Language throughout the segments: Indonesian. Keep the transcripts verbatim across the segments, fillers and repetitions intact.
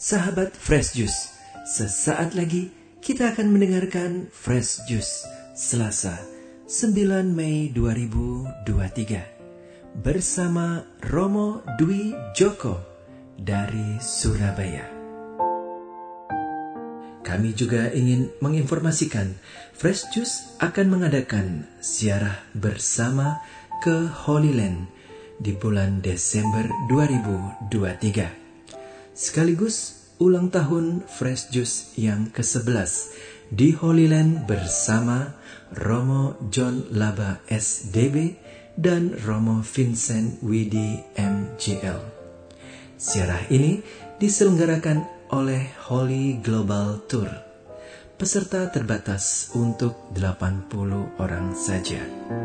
Sahabat Fresh Juice, sesaat lagi kita akan mendengarkan Fresh Juice Selasa sembilan Mei dua ribu dua puluh tiga bersama Romo Dwi Joko dari Surabaya. Kami juga ingin menginformasikan Fresh Juice akan mengadakan ziarah bersama ke Holy Land di bulan Desember dua ribu dua puluh tiga. Sekaligus ulang tahun Fresh Juice yang kesebelas di Holy Land bersama Romo John Laba S D B dan Romo Vincent Widi M J L. Ziarah ini diselenggarakan oleh Holy Global Tour. Peserta terbatas untuk delapan puluh orang saja.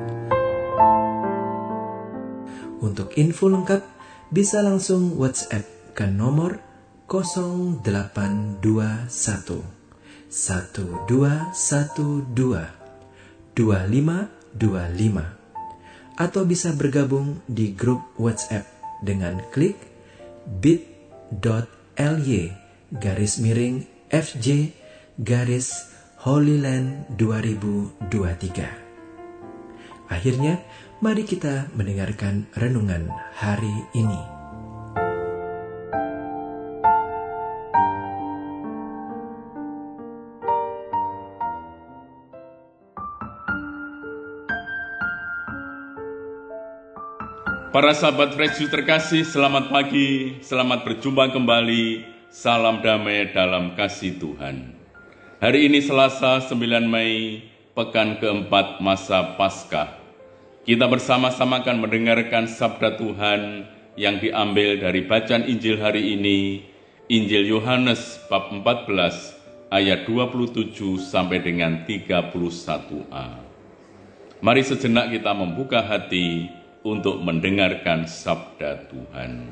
Untuk info lengkap bisa langsung WhatsApp ke nomor nol delapan dua satu satu dua satu dua dua lima dua lima atau bisa bergabung di grup WhatsApp dengan klik bit.ly garis miring FJ garis Holy Land dua ribu dua puluh tiga. Akhirnya, mari kita mendengarkan renungan hari ini. Para sahabat Fresh Juice terkasih, selamat pagi, selamat berjumpa kembali, salam damai dalam kasih Tuhan. Hari ini Selasa sembilan Mei, pekan keempat masa Paskah. Kita bersama-sama akan mendengarkan sabda Tuhan yang diambil dari bacaan Injil hari ini, Injil Yohanes bab empat belas ayat dua puluh tujuh sampai dengan tiga puluh satu a. Mari sejenak kita membuka hati untuk mendengarkan sabda Tuhan.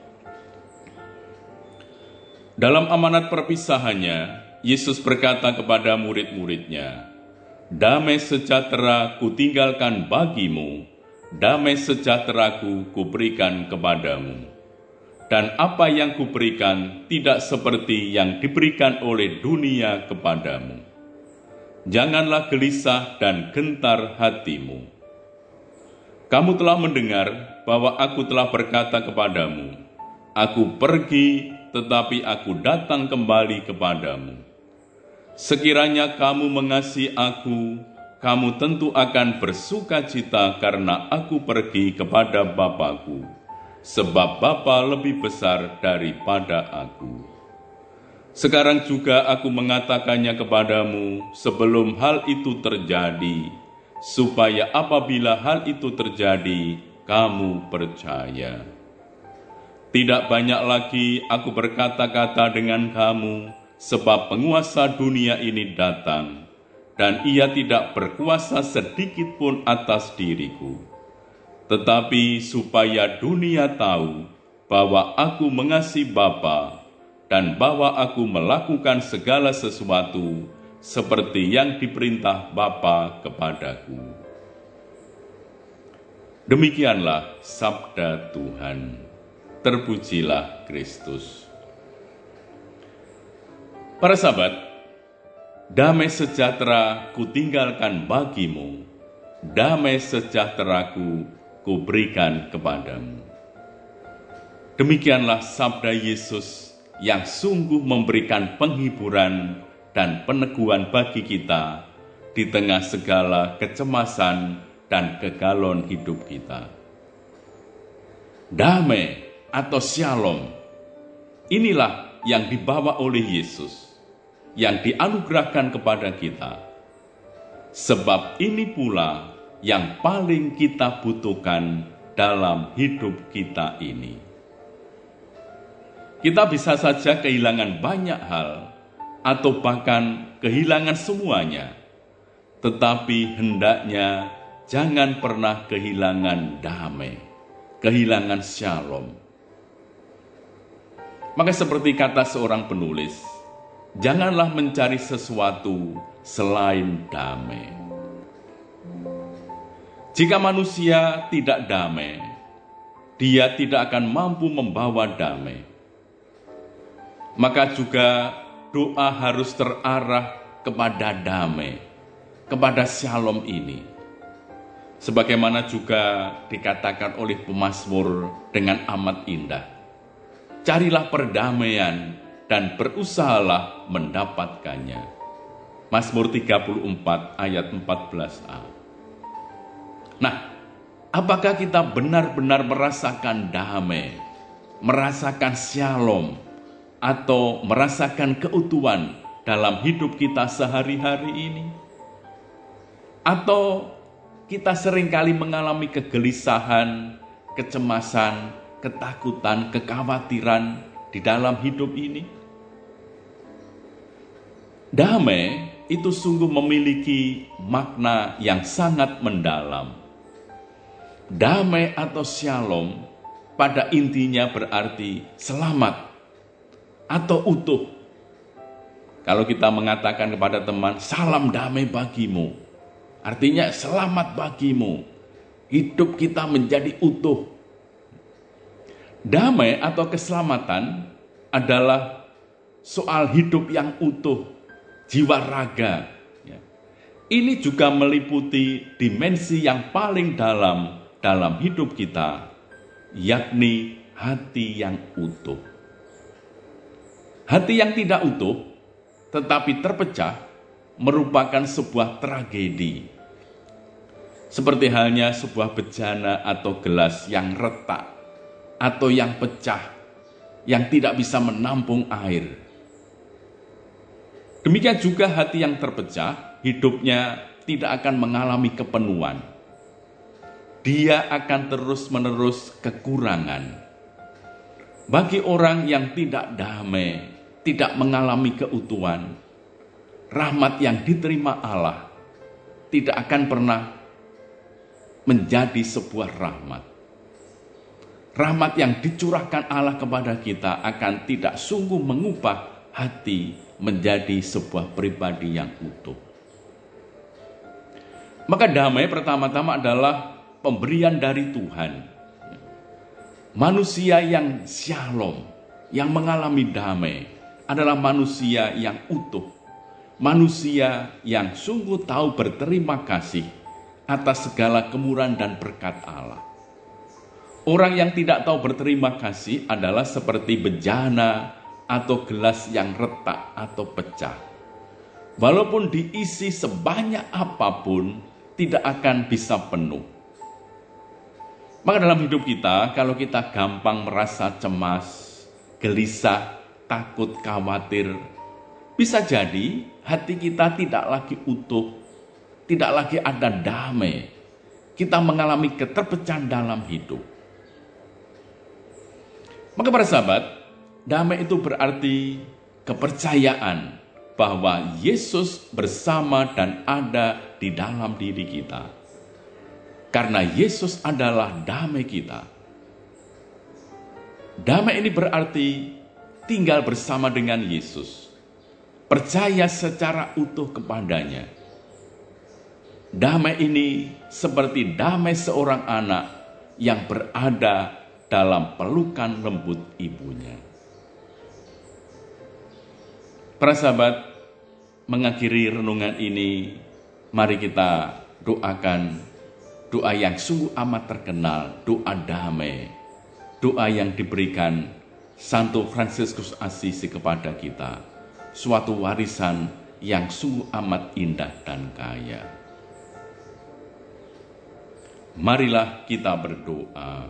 Dalam amanat perpisahannya, Yesus berkata kepada murid-muridnya, "Damai sejahtera kutinggalkan bagimu, damai sejahteraku kuberikan kepadamu. Dan apa yang kuberikan tidak seperti yang diberikan oleh dunia kepadamu. Janganlah gelisah dan gentar hatimu. Kamu telah mendengar bahwa aku telah berkata kepadamu, aku pergi tetapi aku datang kembali kepadamu. Sekiranya kamu mengasihi aku, kamu tentu akan bersuka cita karena aku pergi kepada Bapa-Ku, sebab Bapa lebih besar daripada aku. Sekarang juga aku mengatakannya kepadamu sebelum hal itu terjadi, supaya apabila hal itu terjadi, kamu percaya. Tidak banyak lagi aku berkata-kata dengan kamu, sebab penguasa dunia ini datang, dan ia tidak berkuasa sedikit pun atas diriku. Tetapi supaya dunia tahu bahwa aku mengasihi Bapa, dan bahwa aku melakukan segala sesuatu seperti yang diperintah Bapa kepadaku." Demikianlah sabda Tuhan. Terpujilah Kristus. Para sahabat, damai sejahtera kutinggalkan bagimu, damai sejahteraku kuberikan kepadamu. Demikianlah sabda Yesus yang sungguh memberikan penghiburan dan peneguhan bagi kita di tengah segala kecemasan dan kegalauan hidup kita. Damai atau shalom, inilah yang dibawa oleh Yesus, yang dianugerahkan kepada kita. Sebab ini pula yang paling kita butuhkan dalam hidup kita ini. Kita bisa saja kehilangan banyak hal, atau bahkan kehilangan semuanya, tetapi hendaknya jangan pernah kehilangan damai, kehilangan shalom. Maka seperti kata seorang penulis, janganlah mencari sesuatu selain damai. Jika manusia tidak damai, dia tidak akan mampu membawa damai. maka juga doa harus terarah kepada damai, kepada shalom ini. Sebagaimana juga dikatakan oleh pemazmur dengan amat indah, carilah perdamaian dan berusahalah mendapatkannya. Mazmur tiga puluh empat ayat empat belas a. Nah, apakah kita benar-benar merasakan damai, merasakan shalom, atau merasakan keutuhan dalam hidup kita sehari-hari ini? Atau kita seringkali mengalami kegelisahan, kecemasan, ketakutan, kekhawatiran di dalam hidup ini? Damai itu sungguh memiliki makna yang sangat mendalam. Damai atau shalom pada intinya berarti selamat atau utuh. Kalau kita mengatakan kepada teman, salam damai bagimu, artinya selamat bagimu, hidup kita menjadi utuh. Damai atau keselamatan adalah soal hidup yang utuh, jiwa raga. Ini juga meliputi dimensi yang paling dalam dalam hidup kita, yakni hati yang utuh. Hati yang tidak utuh, tetapi terpecah, merupakan sebuah tragedi. Seperti halnya sebuah bejana atau gelas yang retak, atau yang pecah, yang tidak bisa menampung air. Demikian juga hati yang terpecah, hidupnya tidak akan mengalami kepenuhan. Dia akan terus-menerus kekurangan. Bagi orang yang tidak damai, tidak mengalami keutuhan, rahmat yang diterima Allah tidak akan pernah menjadi sebuah rahmat. Rahmat yang dicurahkan Allah kepada kita akan tidak sungguh mengubah hati menjadi sebuah pribadi yang utuh. Maka damai pertama-tama adalah pemberian dari Tuhan. Manusia yang shalom, yang mengalami damai, adalah manusia yang utuh. Manusia yang sungguh tahu berterima kasih atas segala kemurahan dan berkat Allah. Orang yang tidak tahu berterima kasih adalah seperti bejana atau gelas yang retak atau pecah. Walaupun diisi sebanyak apapun, tidak akan bisa penuh. Maka dalam hidup kita, kalau kita gampang merasa cemas, gelisah, takut, khawatir, bisa jadi hati kita tidak lagi utuh, tidak lagi ada damai. Kita mengalami keterpecahan dalam hidup. Maka para sahabat, damai itu berarti kepercayaan bahwa Yesus bersama dan ada di dalam diri kita. Karena Yesus adalah damai kita. Damai ini berarti tinggal bersama dengan Yesus, percaya secara utuh kepadanya. Damai ini seperti damai seorang anak yang berada dalam pelukan lembut ibunya. Para sahabat, mengakhiri renungan ini, mari kita doakan doa yang sungguh amat terkenal, doa damai, doa yang diberikan Santo Fransiskus Assisi kepada kita, suatu warisan yang sungguh amat indah dan kaya. Marilah kita berdoa.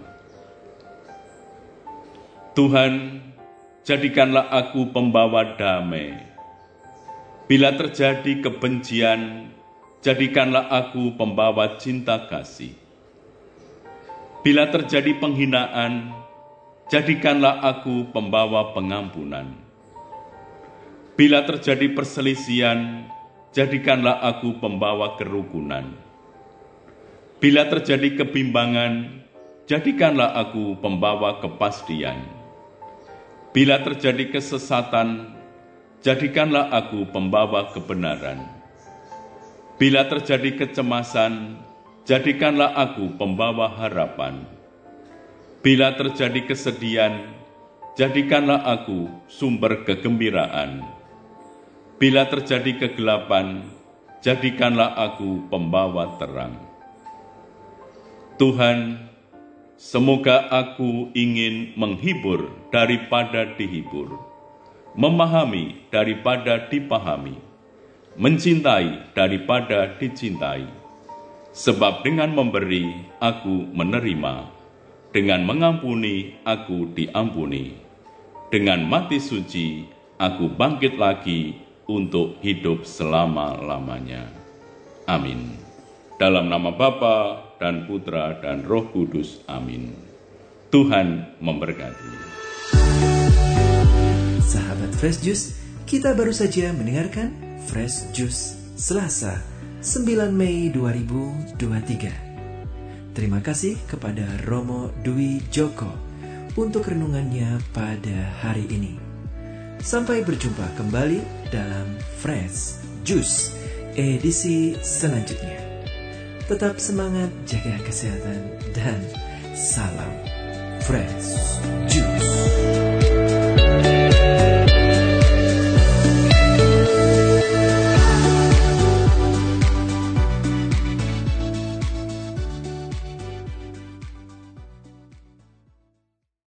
Tuhan, jadikanlah aku pembawa damai. Bila terjadi kebencian, jadikanlah aku pembawa cinta kasih. Bila terjadi penghinaan, jadikanlah aku pembawa pengampunan. Bila terjadi perselisihan, jadikanlah aku pembawa kerukunan. Bila terjadi kebimbangan, jadikanlah aku pembawa kepastian. Bila terjadi kesesatan, jadikanlah aku pembawa kebenaran. Bila terjadi kecemasan, jadikanlah aku pembawa harapan. Bila terjadi kesedihan, jadikanlah aku sumber kegembiraan. Bila terjadi kegelapan, jadikanlah aku pembawa terang. Tuhan, semoga aku ingin menghibur daripada dihibur, memahami daripada dipahami, mencintai daripada dicintai. Sebab dengan memberi, aku menerima, dengan mengampuni, aku diampuni. Dengan mati suci, aku bangkit lagi untuk hidup selama-lamanya. Amin. Dalam nama Bapa dan Putra dan Roh Kudus. Amin. Tuhan memberkati. Sahabat Fresh Juice, kita baru saja mendengarkan Fresh Juice Selasa, sembilan Mei dua ribu dua puluh tiga. Terima kasih kepada Romo Dwi Joko untuk renungannya pada hari ini. Sampai berjumpa kembali dalam Fresh Juice edisi selanjutnya. Tetap semangat, jaga kesehatan, dan salam Fresh